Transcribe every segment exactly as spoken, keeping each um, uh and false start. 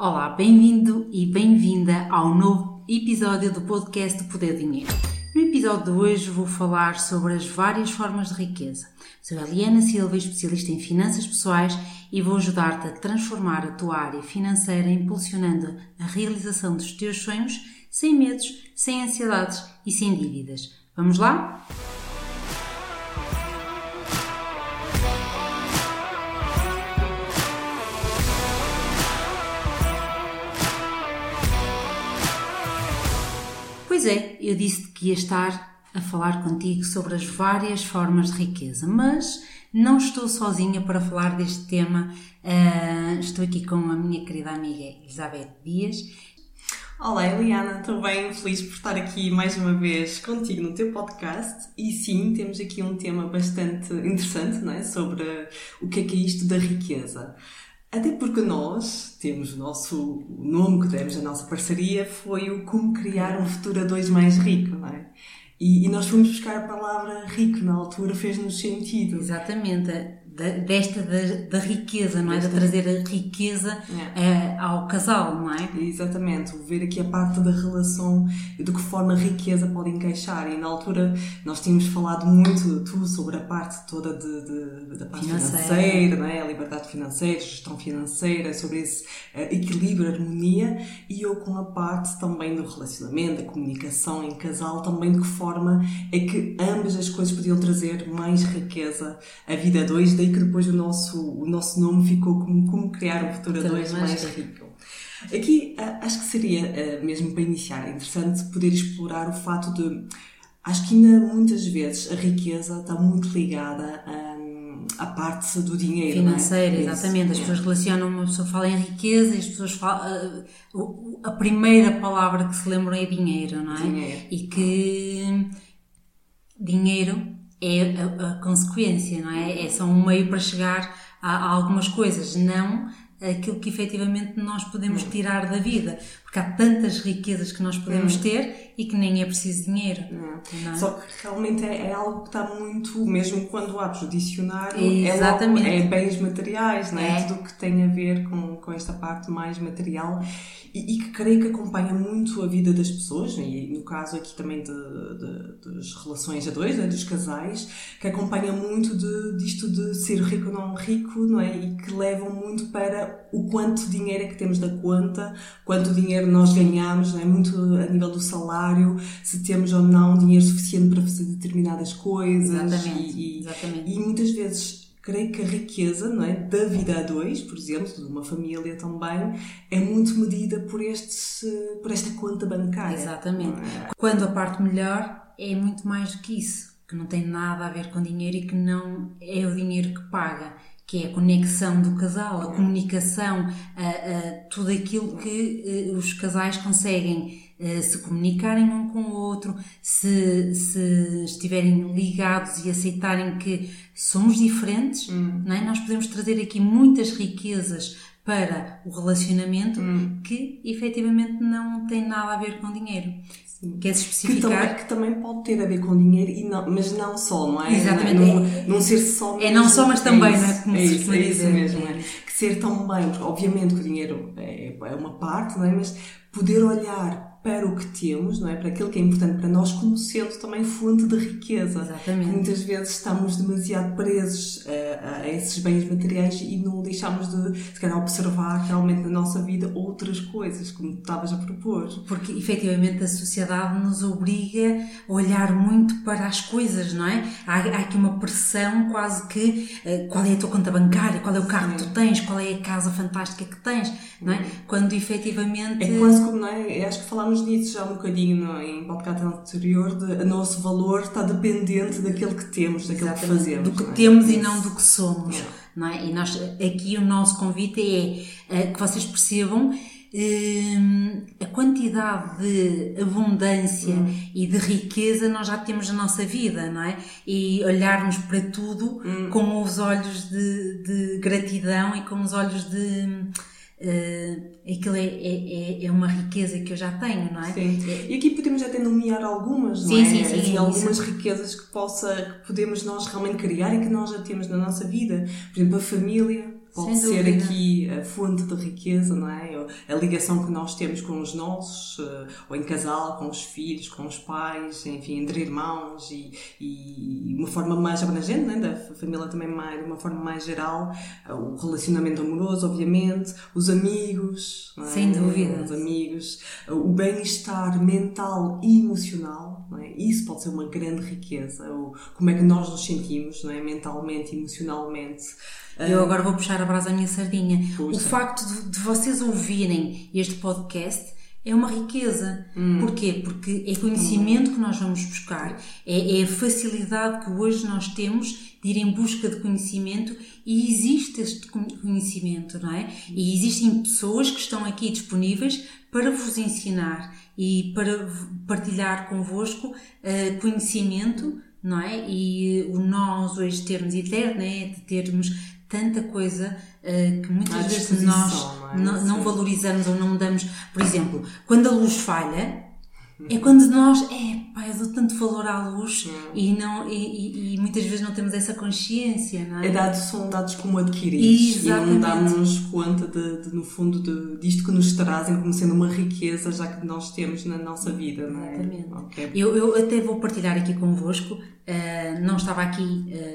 Olá, bem-vindo e bem-vinda ao novo episódio do podcast do Poder Dinheiro. No episódio de hoje vou falar sobre as várias formas de riqueza. Sou Eliana Silva, especialista em finanças pessoais e vou ajudar-te a transformar a tua área financeira impulsionando a realização dos teus sonhos sem medos, sem ansiedades e sem dívidas. Vamos lá? Pois é, eu disse que ia estar a falar contigo sobre as várias formas de riqueza, mas não estou sozinha para falar deste tema. Uh, estou aqui com a minha querida amiga Elizabeth Dias. Olá Eliana, estou bem feliz por estar aqui mais uma vez contigo no teu podcast e sim, temos aqui um tema bastante interessante, não é? Sobre o que é que é isto da riqueza. Até porque nós temos o nosso o nome que demos à nossa parceria foi o Como Criar um Futuro a Dois Mais Rico, não é? E, e nós fomos buscar a palavra rico, na altura fez-nos sentido. Exatamente, da, desta da, da riqueza, não é? Desta... De trazer a riqueza é. uh, ao casal, não é? Exatamente, ver aqui a parte da relação e de que forma a riqueza pode encaixar. E na altura nós tínhamos falado muito, tu, sobre a parte toda de, de, da parte financeira, financeira, não é? A liberdade financeira, a gestão financeira, sobre esse uh, equilíbrio, harmonia, e eu com a parte também do relacionamento, da comunicação em casal, também de que forma é que ambas as coisas podiam trazer mais riqueza à vida a dois, daí que depois o nosso, o nosso nome ficou como, como criar um futuro a dois mais rico. Aqui acho que seria, mesmo para iniciar, interessante poder explorar o fato de, acho que ainda muitas vezes a riqueza está muito ligada a à parte do dinheiro. Financeira, não é? Exatamente. As é. pessoas relacionam, uma pessoa fala em riqueza e as pessoas falam, a, a primeira palavra que se lembram é dinheiro, não é? Dinheiro. E que dinheiro é a, a consequência, não é? É só um meio para chegar a, a algumas coisas, não aquilo que efetivamente nós podemos tirar da vida. Porque há tantas riquezas que nós podemos ter e que nem é preciso dinheiro. Não. Não é? Só que realmente é, é algo que está muito, mesmo quando abres o dicionário, Exatamente. é, logo, é bens materiais, não é? É. Tudo o que tem a ver com, com esta parte mais material e, e que creio que acompanha muito a vida das pessoas, e no caso aqui também de, de, das relações a dois, né? Dos casais, que acompanha muito de, disto de ser rico ou não rico, não é? E que levam muito para o quanto dinheiro é que temos da conta, quanto dinheiro nós ganhamos, não é? Muito a nível do salário, se temos ou não dinheiro suficiente para fazer determinadas coisas. Exatamente. E, Exatamente. e muitas vezes creio que a riqueza, não é? Da vida a dois, por exemplo, de uma família também, é muito medida por, estes, por esta conta bancária. Exatamente. É? Quando a parte melhor é muito mais do que isso, que não tem nada a ver com dinheiro e que não é o dinheiro que paga, que é a conexão do casal, a comunicação, a, a, tudo aquilo que uh, os casais conseguem uh, se comunicarem um com o outro, se, se estiverem ligados e aceitarem que somos diferentes, hum. não é? Nós podemos trazer aqui muitas riquezas para o relacionamento hum. que efetivamente não tem nada a ver com dinheiro. Queres especificar? Que também, que também pode ter a ver com dinheiro, e não, mas não só, não é? Exatamente. Não, é, não ser só mesmo, é não só, mas também, é isso, não é? Como é se isso, é isso dizer. mesmo. É. Que ser também, porque obviamente que o dinheiro é, é uma parte, não é? Mas poder olhar para o que temos, não é? Para aquilo que é importante para nós, como sendo também fonte de riqueza. Exatamente. Que muitas vezes estamos demasiado presos a, a esses bens materiais e não deixamos de, se calhar, observar realmente na nossa vida outras coisas, como tu estavas a propor. Porque, efetivamente, a sociedade nos obriga a olhar muito para as coisas, não é? Há, há aqui uma pressão quase que, uh, qual é a tua conta bancária, qual é o carro que tu tens, qual é a casa fantástica que tens, não é? Quando, efetivamente... É quase como, não é? Eu acho que falámos nisso já um bocadinho no, em podcast anterior, de o nosso valor está dependente daquilo que temos, daquilo Exatamente. que fazemos. Do que não é? temos Isso. E não do que somos, Yeah. não é? E nós, aqui o nosso convite é uh, que vocês percebam uh, a quantidade de abundância hum. e de riqueza nós já temos na nossa vida, não é? E olharmos para tudo hum. com os olhos de, de gratidão e com os olhos de... Uh, aquilo é, é, é uma riqueza que eu já tenho, não é? Sim. E aqui podemos até nomear algumas, não sim, é? Sim, sim, assim, sim. Algumas isso. riquezas que, possa, que podemos nós realmente criar e que nós já temos na nossa vida. Por exemplo, a família, pode ser aqui a fonte de riqueza, não é? A ligação que nós temos com os nossos, ou em casal, com os filhos, com os pais, enfim, entre irmãos e, e uma forma mais abrangente, não é? Da família também mais, de uma forma mais geral, o relacionamento amoroso, obviamente, os amigos, não é? Sem dúvida. Os amigos, o bem-estar mental e emocional, não é? Isso pode ser uma grande riqueza, o, como é que nós nos sentimos, não é? Mentalmente, emocionalmente. Eu agora vou puxar a brasa à minha sardinha. Puxa. O facto de, de vocês ouvirem este podcast é uma riqueza. Hum. Porquê? Porque é conhecimento que nós vamos buscar, é, é a facilidade que hoje nós temos de ir em busca de conhecimento, e existe este conhecimento, não é? E existem pessoas que estão aqui disponíveis para vos ensinar e para partilhar convosco uh, conhecimento, não é? E o nós hoje termos internet, termos tanta coisa uh, que muitas vezes nós não, é? não, não valorizamos ou não damos. Por exemplo, quando a luz falha, é quando nós, é pá, eu dou tanto valor à luz e, não, e, e, e muitas vezes não temos essa consciência, não é? É dado, são dados como adquiridos. Exatamente. E não damos conta, de, de, no fundo, de, disto que nos trazem como sendo uma riqueza já que nós temos na nossa vida, não é? Exatamente. Okay. Eu, eu até vou partilhar aqui convosco, uh, não estava aqui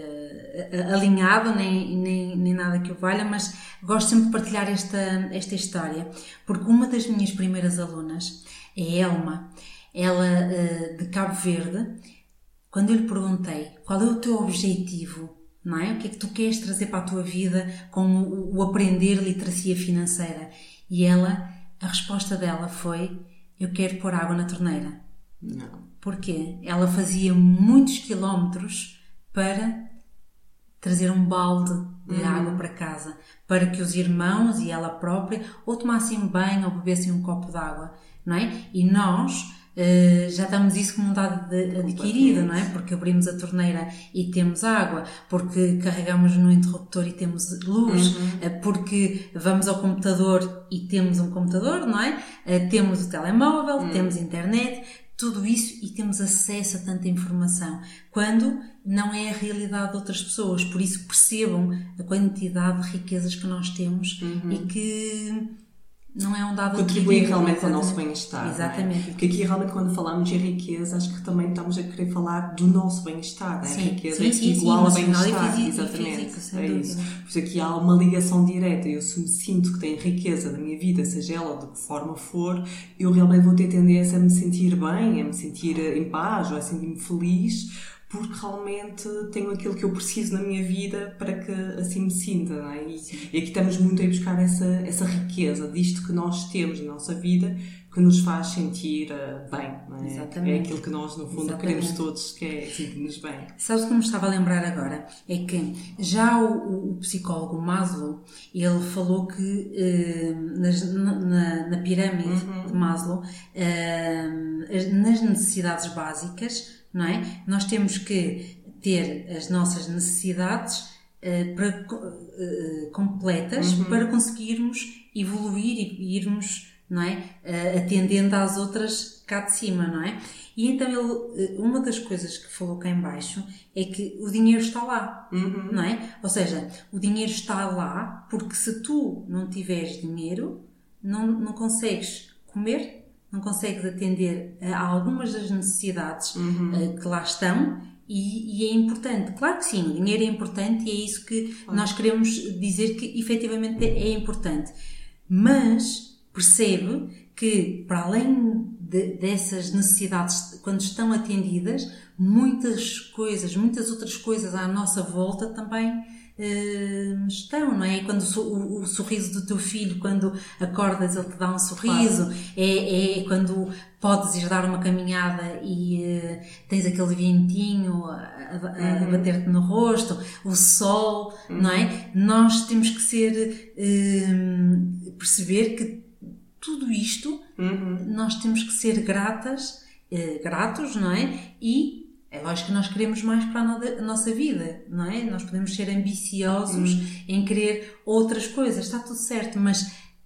uh, alinhado, nem, nem, nem nada que o valha, mas gosto sempre de partilhar esta, esta história, porque uma das minhas primeiras alunas é a Elma. Ela, de Cabo Verde, quando eu lhe perguntei qual é o teu objetivo, não é? O que é que tu queres trazer para a tua vida com o aprender literacia financeira? E ela, a resposta dela foi: eu quero pôr água na torneira. Não. Porquê? Ela fazia muitos quilómetros para trazer um balde de uhum. água para casa, para que os irmãos e ela própria ou tomassem banho ou bebessem um copo de água, não é? E nós Uh, já damos isso como um dado de, adquirido, não é? Porque abrimos a torneira e temos água, porque carregamos no interruptor e temos luz, uhum. uh, porque vamos ao computador e temos um computador, não é? Uh, temos o telemóvel, uhum. temos internet, tudo isso, e temos acesso a tanta informação, quando não é a realidade de outras pessoas. Por isso percebam a quantidade de riquezas que nós temos uhum. e que não é um dado contribuir realmente para o nosso bem-estar. Exatamente. É? Porque aqui realmente quando falamos de riqueza, acho que também estamos a querer falar do nosso bem-estar. Né? Sim, a riqueza sim, é sim, igual sim, a bem-estar. Físico, exatamente. Físico, é isso. Por isso aqui há uma ligação direta. Eu se me sinto que tenho riqueza da minha vida, seja ela de que forma for, eu realmente vou ter tendência a me sentir bem, a me sentir em paz, ou a sentir-me feliz, porque realmente tenho aquilo que eu preciso na minha vida para que assim me sinta, não é? E, e aqui estamos muito a buscar essa, essa riqueza disto que nós temos na nossa vida, que nos faz sentir uh, bem, não é? Exatamente. É aquilo que nós, no fundo, Exatamente. queremos todos, que é sentir-nos bem. Sabes o que me estava a lembrar agora? É que já o, o psicólogo Maslow, ele falou que uh, nas, na, na pirâmide uhum. de Maslow, uh, nas necessidades básicas, não é? Nós temos que ter as nossas necessidades uh, para, uh, completas uhum. para conseguirmos evoluir e irmos, não é? Uh, atendendo às outras cá de cima, não é? E então ele, uma das coisas que falou cá em baixo é que o dinheiro está lá, uhum. não é? Ou seja, o dinheiro está lá porque se tu não tiveres dinheiro, não, não consegues comer, não consegues atender a algumas das necessidades uhum. uh, que lá estão, e, e é importante. Claro que sim, o dinheiro é importante e é isso que uhum. nós queremos dizer, que efetivamente é importante. Mas percebe que, para além de, dessas necessidades, quando estão atendidas, muitas coisas, muitas outras coisas à nossa volta também uh, estão, não é? Quando o, o, o sorriso do teu filho, quando acordas, ele te dá um sorriso, claro. é, é quando podes ir dar uma caminhada e uh, tens aquele ventinho a, a, a bater-te no rosto, o sol, uhum. não é? Nós temos que ser, uh, perceber que tudo isto, uhum. nós temos que ser gratas, uh, gratos, não é? E é lógico que nós queremos mais para a nossa vida, não é? Nós podemos ser ambiciosos uhum. em querer outras coisas, está tudo certo, mas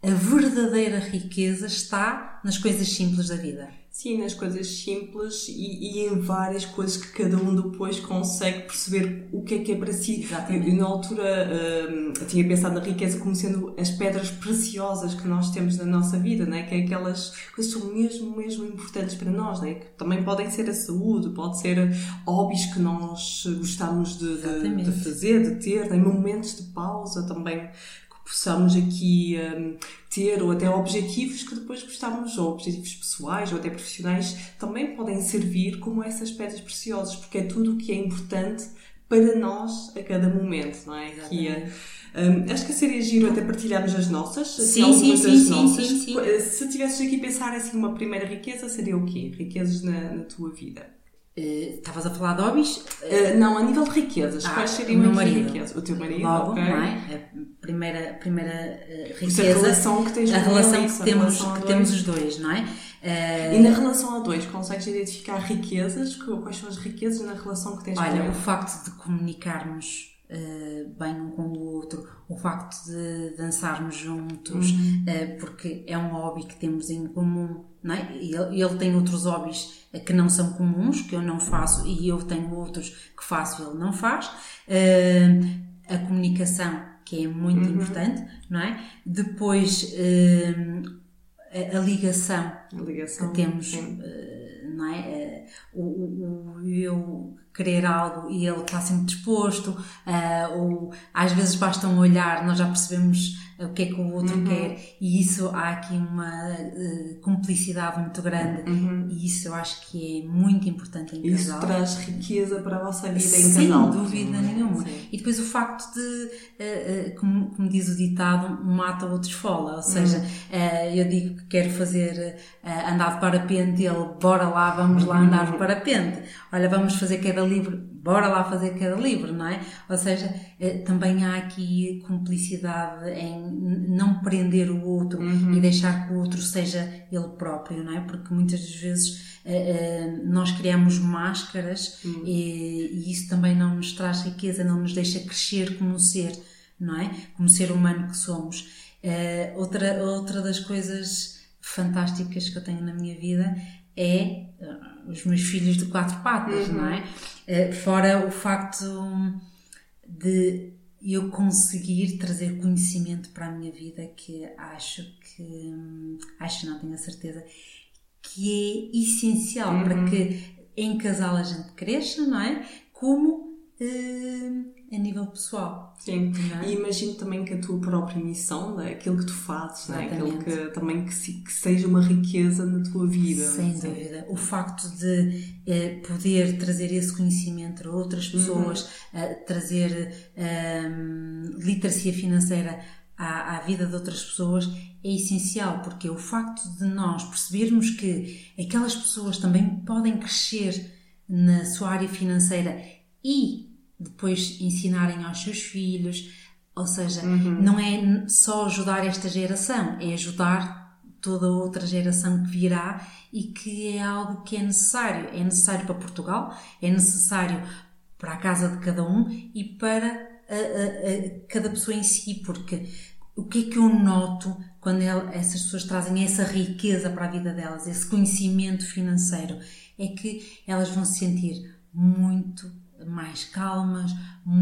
a verdadeira riqueza está nas coisas simples da vida. Sim, nas coisas simples e, e em várias coisas que cada um depois consegue perceber o que é que é para si. Eu, eu na altura hum, tinha pensado na riqueza como sendo as pedras preciosas que nós temos na nossa vida, né? Que é aquelas coisas que são mesmo, mesmo importantes para nós, né? Que também podem ser a saúde, pode ser hobbies que nós gostamos de, de, de fazer, de ter, né? Momentos de pausa também possamos aqui um, ter, ou até objetivos que depois gostamos, ou objetivos pessoais ou até profissionais, também podem servir como essas pedras preciosas, porque é tudo o que é importante para nós a cada momento, não é? Aqui, um, acho que seria giro até partilharmos as nossas, sim, assim, sim, das sim, nossas. Sim, sim, sim. Se tivesses aqui a pensar assim, uma primeira riqueza, seria o quê? Riquezas na, na tua vida? Estavas uh, a falar de hobbies? Uh, não, a nível de riquezas. Ah, quais seriam o meu as marido. riquezas? O teu marido, logo, ok. Não é? A primeira, primeira uh, riqueza. A relação que tens a com relação ele, que, temos, relação que temos os dois, não é? Uh, e na relação a dois, consegues identificar riquezas? Quais são as riquezas na relação que tens olha, com ele? Olha, o facto de comunicarmos Uh, bem um com o outro, o facto de dançarmos juntos, uhum. uh, porque é um hobby que temos em comum, não é? Ele, ele tem outros hobbies que não são comuns, que eu não faço, e eu tenho outros que faço e ele não faz. Uh, a comunicação, que é muito uhum. importante, não é? Depois uh, a, a ligação, a ligação que temos, uh, não é? Uh, o, o eu querer algo e ele está sempre disposto, uh, ou às vezes basta um olhar, nós já percebemos o que é que o outro uhum. quer, e isso há aqui uma uh, cumplicidade muito grande, uhum. e isso eu acho que é muito importante em isso casal. Isso traz riqueza para a vossa vida Sem em casal. Sem dúvida uhum. nenhuma. Sim. E depois o facto de, uh, uh, como, como diz o ditado, um mata, o outro esfola, ou seja, uhum. uh, eu digo que quero fazer uh, andar de parapente, ele, bora lá, vamos lá andar de parapente, olha, vamos fazer queda livre, bora lá fazer queda livre, não é? Ou seja, também há aqui cumplicidade em não prender o outro uhum. e deixar que o outro seja ele próprio, não é? Porque muitas das vezes nós criamos máscaras uhum. e, e isso também não nos traz riqueza, não nos deixa crescer como um ser, não é? Como ser humano que somos. Outra, outra das coisas fantásticas que eu tenho na minha vida é os meus filhos de quatro patas, uhum. não é? Uh, fora o facto de eu conseguir trazer conhecimento para a minha vida, que acho que, acho não, tenho a certeza, que é essencial uhum. para que em casal a gente cresça, não é? Como uh, a nível pessoal. Sim, é? E imagino também que a tua própria missão, né? Aquilo que tu fazes, né? Aquilo que também que, se, que seja uma riqueza na tua vida. Sem sim. dúvida. O facto de eh, poder trazer esse conhecimento a outras pessoas, uhum. eh, trazer eh, literacia financeira à, à vida de outras pessoas é essencial, porque o facto de nós percebermos que aquelas pessoas também podem crescer na sua área financeira e depois ensinarem aos seus filhos, ou seja, uhum. não é só ajudar esta geração, é ajudar toda a outra geração que virá e que é algo que é necessário. É necessário para Portugal, é necessário para a casa de cada um e para a, a, a, cada pessoa em si, porque o que é que eu noto quando ela, essas pessoas trazem essa riqueza para a vida delas, esse conhecimento financeiro, é que elas vão se sentir muito mais calmas,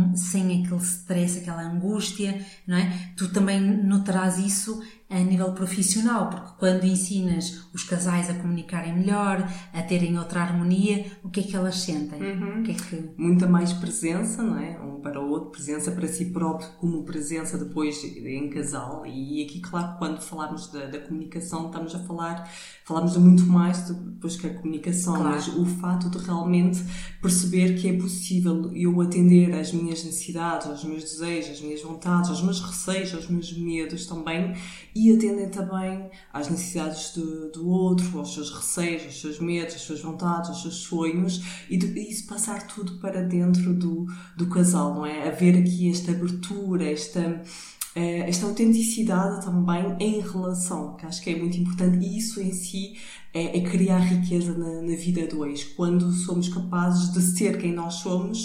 sem aquele stress, aquela angústia, não é? Tu também notarás isso a nível profissional, porque quando ensinas os casais a comunicarem melhor, a terem outra harmonia, o que é que elas sentem? Uhum. O que é que... Muita mais presença, não é? Um para o outro, presença para si próprio, como presença depois em casal. E aqui, claro, quando falamos da, da comunicação, estamos a falar, falamos de muito mais depois que a comunicação, claro. Mas o fato de realmente perceber que é possível eu atender às minhas necessidades, aos meus desejos, às minhas vontades, aos meus receios, aos meus medos também, e atender também às necessidades do, do outro, aos seus receios, aos seus medos, às suas vontades, aos seus sonhos, e, de, e isso passar tudo para dentro do, do casal, não é? Haver aqui esta abertura, esta, esta autenticidade também em relação, que acho que é muito importante, e isso em si é, é criar riqueza na, na vida a dois, quando somos capazes de ser quem nós somos,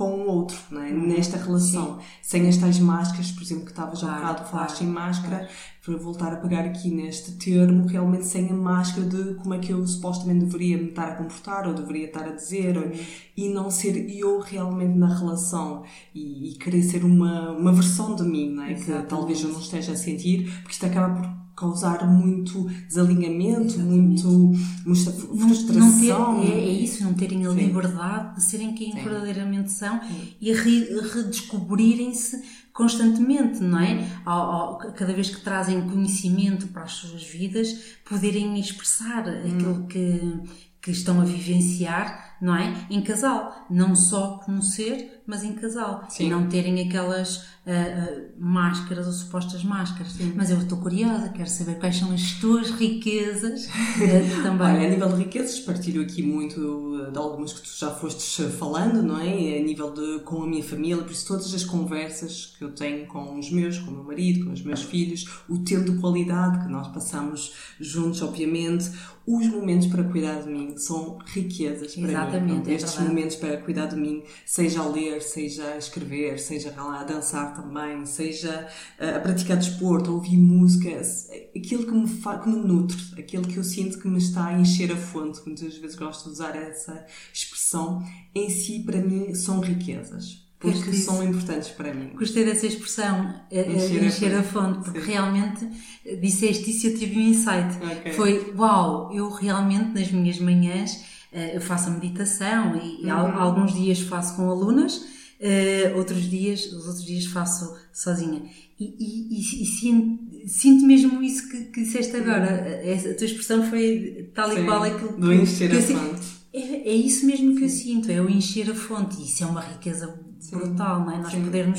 com o outro, não é? Nesta relação, sim. Sem as tais máscaras, por exemplo, que estavas claro, há bocado, falaste claro, em máscara, claro. Para voltar a pegar aqui neste termo, realmente sem a máscara de como é que eu supostamente deveria me estar a comportar, ou deveria estar a dizer, ou, e não ser eu realmente na relação, e, e querer ser uma, uma versão de mim, não é? Que talvez eu não esteja a sentir, porque isto acaba por causar muito desalinhamento, muito, muita frustração. Não ter, é, é isso, não terem a Sim. liberdade de serem quem Sim. verdadeiramente são Sim. e re, redescobrirem-se constantemente, não é? Ao, ao, cada vez que trazem conhecimento para as suas vidas, poderem expressar hum. aquilo que, que estão a vivenciar, não é? Em casal. Não só conhecer, mas em casal. Sim. E não terem aquelas uh, uh, máscaras ou supostas máscaras. Sim. Mas eu estou curiosa, quero saber quais são as tuas riquezas uh, também. Olha, a nível de riquezas, partilho aqui muito de algumas que tu já fostes falando, não é? A nível de, com a minha família, por isso todas as conversas que eu tenho com os meus, com o meu marido, com os meus filhos, o tempo de qualidade que nós passamos juntos, obviamente, os momentos para cuidar de mim são riquezas para Exatamente, mim. Então, é estes verdade. momentos para cuidar de mim, seja a ler, seja a escrever, seja a dançar também, seja a praticar desporto, a ouvir música, aquilo que me, fa- que me nutre, aquilo que eu sinto que me está a encher a fonte, muitas vezes gosto de usar essa expressão, em si para mim são riquezas. Porque Gostei são importantes para mim. Gostei dessa expressão, encher, encher a fonte, porque Sim. realmente disseste isso e eu tive um insight. Okay. Foi, uau, eu realmente nas minhas manhãs eu faço a meditação e uhum. alguns dias faço com alunas, outros dias, os outros dias faço sozinha. E, e, e, e sinto, sinto mesmo isso que, que disseste agora. Uhum. A tua expressão foi tal Sim, e qual aquilo do encher que a eu fonte. É, é isso mesmo que eu sinto, é o encher a fonte. E isso é uma riqueza Sim. brutal, não é? Nós Sim. podermos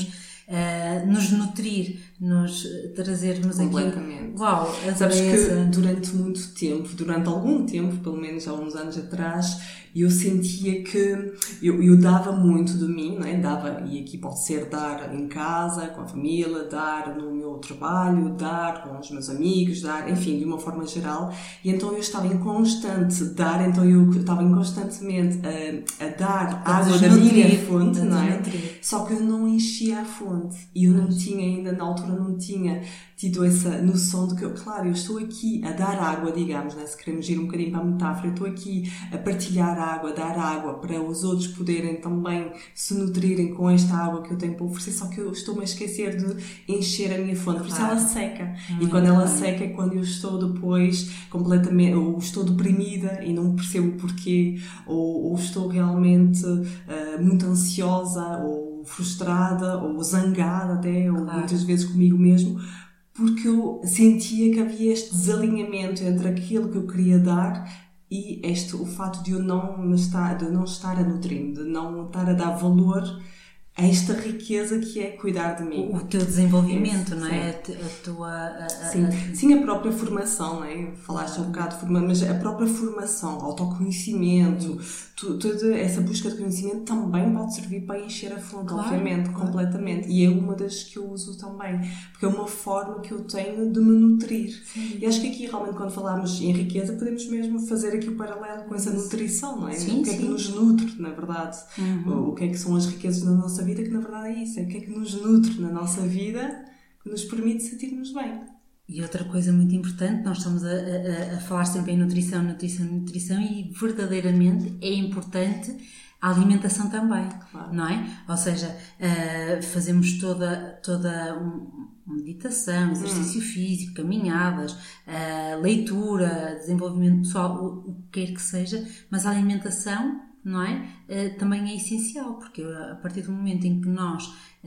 uh, nos nutrir, nos trazermos completamente. Aqui. Uau, sabes que durante muito tempo, durante algum tempo, pelo menos há uns anos atrás, eu sentia que eu, eu dava muito de mim, não é? Dava, e aqui pode ser dar em casa, com a família, dar no meu trabalho, dar com os meus amigos, dar, enfim, de uma forma geral. E então eu estava em constante dar, então eu estava em constantemente a, a dar a água da minha fonte, não é? Só que eu não enchia a fonte. E eu não tinha ainda, na altura, não tinha tido essa noção de que, claro, eu estou aqui a dar água, digamos, né? Se queremos ir um bocadinho para a metáfora, eu estou aqui a partilhar água, a dar água para os outros poderem também se nutrirem com esta água que eu tenho para oferecer, só que eu estou-me a esquecer de encher a minha fonte, por isso ela seca. Hum, e quando ela bem. seca é quando eu estou depois completamente, ou estou deprimida e não percebo o porquê, ou, ou estou realmente uh, muito ansiosa, ou frustrada, ou zangada até, ou claro. muitas vezes comigo mesmo, porque eu sentia que havia este desalinhamento entre aquilo que eu queria dar e este, o fato de eu não, me estar, de não estar a nutrir, de não estar a dar valor a esta riqueza que é cuidar de mim. O, o teu desenvolvimento, é, não é? A, a tua... A, a, sim. A... sim, a própria formação, não é? Falaste um bocado de formação, mas a própria formação, autoconhecimento, tu, toda essa busca de conhecimento também pode servir para encher a fonte, claro, obviamente, claro. completamente. E é uma das que eu uso também, porque é uma forma que eu tenho de me nutrir. Sim. E acho que aqui, realmente, quando falamos em riqueza, podemos mesmo fazer aqui o paralelo com essa nutrição, não é? Sim, o que é que sim. nos nutre, na verdade? Uhum. O, o que é que são as riquezas na nossa vida, que na verdade é isso, é o que é que nos nutre na nossa vida, que nos permite sentir-nos bem. E outra coisa muito importante, nós estamos a, a, a falar sempre em nutrição, nutrição, nutrição, e verdadeiramente é importante a alimentação também, claro. não é? Ou seja, uh, fazemos toda, toda um, meditação, exercício hum. físico, caminhadas, uh, leitura, desenvolvimento pessoal, o, o que quer que seja, mas a alimentação, não é? Uh, também é essencial, porque a partir do momento em que nós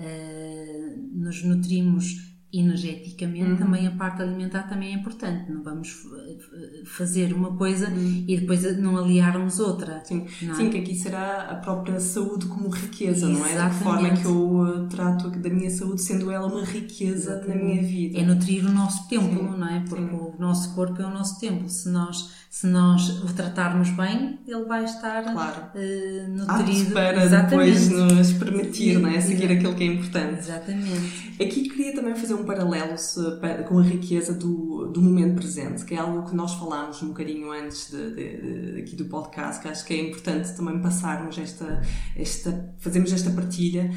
uh, nos nutrimos energeticamente, uhum. também a parte alimentar também é importante. Não vamos fazer uma coisa uhum. e depois não aliarmos outra. Sim. Não é? Sim, que aqui será a própria saúde como riqueza, Exatamente. não é? Da forma que eu trato da minha saúde, sendo ela uma riqueza Exatamente. na minha vida. É nutrir o nosso templo, Sim. não é? Porque Sim. o nosso corpo é o nosso templo. Se nós, se nós o tratarmos bem, ele vai estar claro. uh, nutrido. para Exatamente. depois nos permitir, não é? Seguir aquilo que é importante. Exatamente. Aqui queria também fazer um paralelo se, com a riqueza do, do momento presente, que é algo que nós falámos um bocadinho antes de, de, de, aqui do podcast, que acho que é importante também passarmos esta, esta, fazermos esta partilha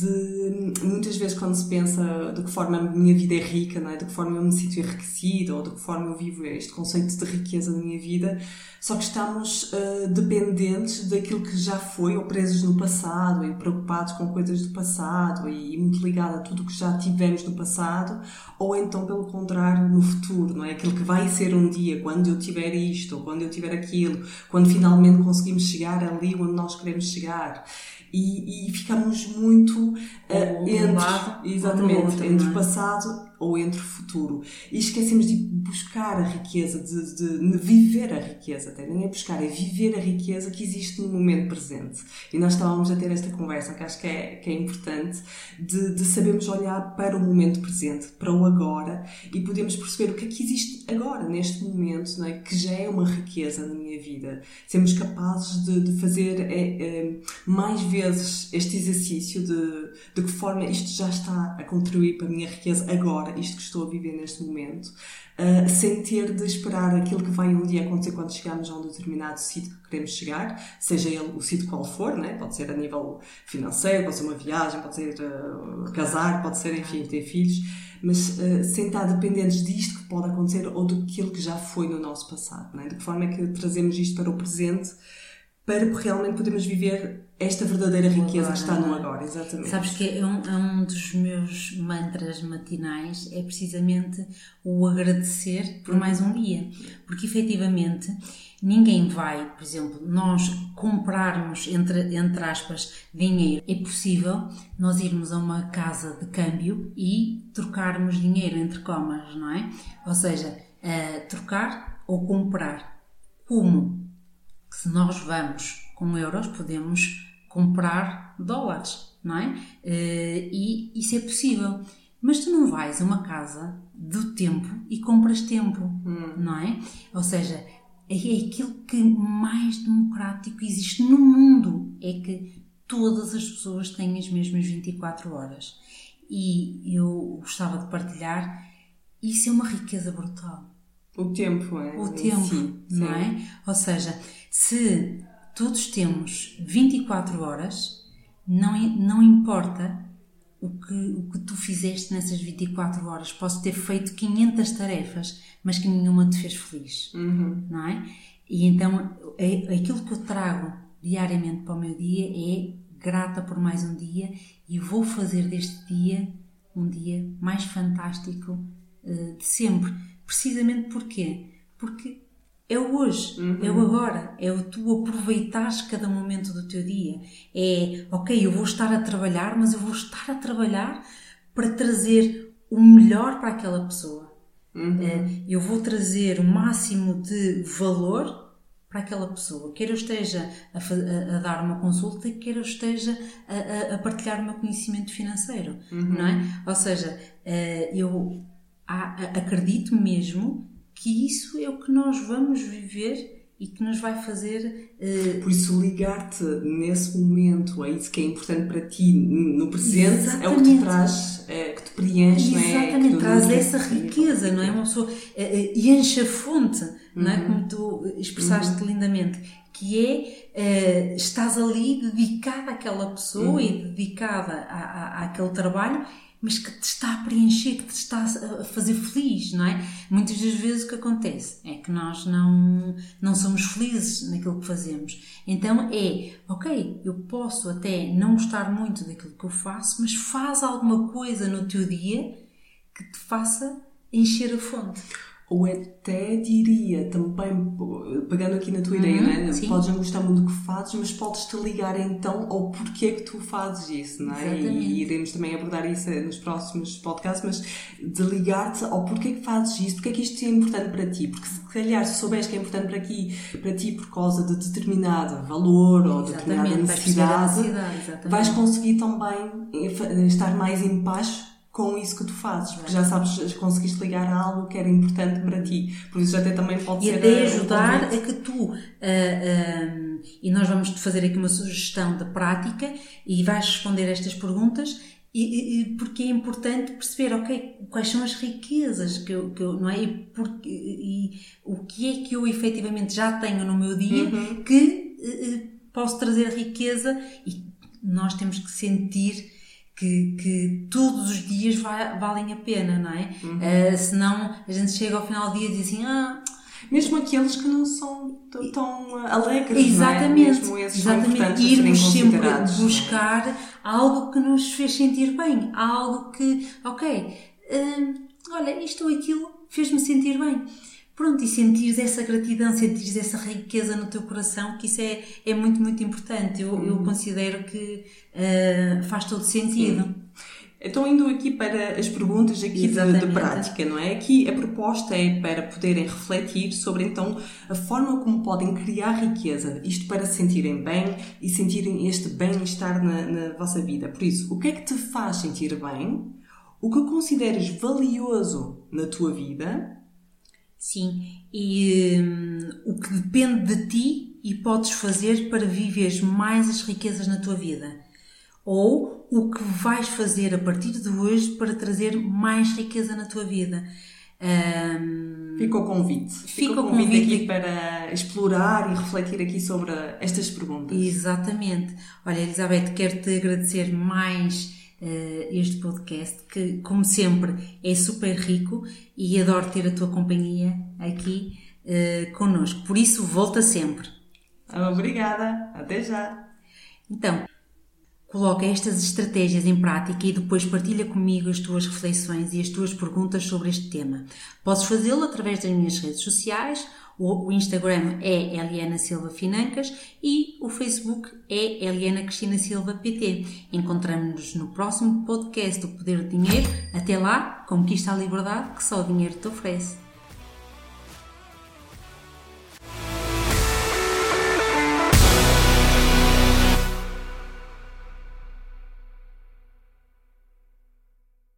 de, muitas vezes quando se pensa de que forma a minha vida é rica, não é? De que forma eu me sinto enriquecida, ou de que forma eu vivo este conceito de riqueza da minha vida, só que estamos uh, dependentes daquilo que já foi, ou presos no passado, e preocupados com coisas do passado, e muito ligados a tudo o que já tivemos no passado, ou então, pelo contrário, no futuro, não é? Aquilo que vai ser um dia, quando eu tiver isto, ou quando eu tiver aquilo, quando finalmente conseguimos chegar ali onde nós queremos chegar. E, e ficamos muito uh, entre, lado, exatamente, outro, entre o passado ou entre o futuro. E esquecemos de buscar a riqueza, de, de, de viver a riqueza, até nem é buscar, é viver a riqueza que existe no momento presente. E nós estávamos a ter esta conversa, que acho que é, que é importante, de, de sabermos olhar para o momento presente, para o agora, e podemos perceber o que é que existe agora, neste momento, não é? Que já é uma riqueza na minha vida. Sermos capazes de, de fazer é, é, mais vezes este exercício de, de que forma isto já está a contribuir para a minha riqueza agora, isto que estou a viver neste momento, uh, sem ter de esperar aquilo que vai um dia acontecer quando chegarmos a um determinado sítio que queremos chegar, seja ele o sítio qual for, né? Pode ser a nível financeiro, pode ser uma viagem, pode ser uh, casar, pode ser, enfim, ter filhos, mas uh, sem estar dependentes disto que pode acontecer ou daquilo que já foi no nosso passado, né? De que forma é que trazemos isto para o presente, para realmente podermos viver esta verdadeira riqueza agora, que está no agora, exatamente. Sabes que é um, é um dos meus mantras matinais, é precisamente o agradecer por mais um dia. Porque, efetivamente, ninguém vai, por exemplo, nós comprarmos, entre, entre aspas, dinheiro. É possível nós irmos a uma casa de câmbio e trocarmos dinheiro entre comas, não é? Ou seja, uh, trocar ou comprar. Como? Se nós vamos com euros, podemos comprar dólares, não é? E isso é possível. Mas tu não vais a uma casa do tempo e compras tempo, hum. não é? Ou seja, é aquilo que mais democrático existe no mundo, é que todas as pessoas têm as mesmas vinte e quatro horas. E eu gostava de partilhar, isso é uma riqueza brutal. O tempo, é? O tempo, si, não sim. é? Ou seja, se todos temos vinte e quatro horas, não, não importa o que, o que tu fizeste nessas vinte e quatro horas. Posso ter feito quinhentas tarefas, mas que nenhuma te fez feliz, uhum. não é? E então, é, aquilo que eu trago diariamente para o meu dia é grata por mais um dia e vou fazer deste dia um dia mais fantástico uh, de sempre. Precisamente porquê? Porque é o hoje, uhum. é o agora, é o tu aproveitares cada momento do teu dia. É, ok, eu vou estar a trabalhar, mas eu vou estar a trabalhar para trazer o melhor para aquela pessoa. Uhum. É, eu vou trazer o máximo de valor para aquela pessoa. Quer eu esteja a, a, a dar uma consulta, quer eu esteja a, a, a partilhar o meu conhecimento financeiro. Uhum. Não é? Ou seja, eu acredito mesmo que isso é o que nós vamos viver e que nos vai fazer... Uh... Por isso, ligar-te nesse momento a isso que é importante para ti no presente, exatamente, é o que te traz, é, que te preenche, não é? Exatamente, traz essa riqueza, não é? Uma pessoa uh, enche a fonte, uhum. não é? Como tu expressaste uhum. lindamente, que é, uh, estás ali dedicada àquela pessoa uhum. e dedicada à, à, àquele trabalho, mas que te está a preencher, que te está a fazer feliz, não é? Muitas das vezes o que acontece é que nós não, não somos felizes naquilo que fazemos. Então é, ok, eu posso até não gostar muito daquilo que eu faço, mas faz alguma coisa no teu dia que te faça encher a fonte. Ou até diria, também, pegando aqui na tua uhum, ideia, não é? Sim. Podes não gostar muito do que fazes, mas podes-te ligar então ao porquê que tu fazes isso, não é? Exatamente. E iremos também abordar isso nos próximos podcasts, mas de ligar-te ao porquê que fazes isso, porque é que isto é importante para ti, porque se calhar se souberes que é importante para, aqui, para ti por causa de determinado valor ou de determinada necessidade, necessidade vais conseguir também estar mais em paz com isso que tu fazes, porque já sabes, conseguiste ligar a algo que era importante para ti, por isso até também pode e ser... E até ajudar a que tu, uh, uh, e nós vamos-te fazer aqui uma sugestão de prática, e vais responder estas perguntas, E, e, porque é importante perceber, ok, quais são as riquezas que eu, que eu não é? E, porque, e o que é que eu efetivamente já tenho no meu dia uhum. que uh, posso trazer riqueza, e nós temos que sentir que, que todos os dias va- valem a pena, não é? Uhum. Uh, senão a gente chega ao final do dia e diz assim, ah... Mesmo aqueles que não são tão, tão alegres, exatamente, não é? Mesmo esses exatamente. são importantes Irmos a serem considerados. Sempre buscar é? algo que nos fez sentir bem, algo que, ok, hum, olha, isto ou aquilo fez-me sentir bem. Pronto, e sentires essa gratidão, sentires essa riqueza no teu coração, que isso é, é muito, muito importante. Eu, hum. eu considero que uh, faz todo sentido. Sim. Então, indo aqui para as perguntas aqui de, de prática, não é? Aqui a proposta é para poderem refletir sobre, então, a forma como podem criar riqueza. Isto para se sentirem bem e sentirem este bem-estar na, na vossa vida. Por isso, o que é que te faz sentir bem? O que consideras valioso na tua vida? Sim, e hum, o que depende de ti e podes fazer para viveres mais as riquezas na tua vida. Ou o que vais fazer a partir de hoje para trazer mais riqueza na tua vida. Um, Fica o convite. Fica, Fica o convite, convite aqui para explorar e refletir aqui sobre estas perguntas. Exatamente. Olha, Elizabeth, quero-te agradecer mais uh, este podcast, que, como sempre, é super rico e adoro ter a tua companhia aqui uh, connosco. Por isso, volta sempre. Obrigada. Até já. Então, coloca estas estratégias em prática e depois partilha comigo as tuas reflexões e as tuas perguntas sobre este tema. Podes fazê-lo através das minhas redes sociais. O Instagram é Eliana Silva Financas e o Facebook é Eliana Cristina Silva P T. Encontramos-nos no próximo podcast do Poder do Dinheiro. Até lá, conquista a liberdade que só o dinheiro te oferece.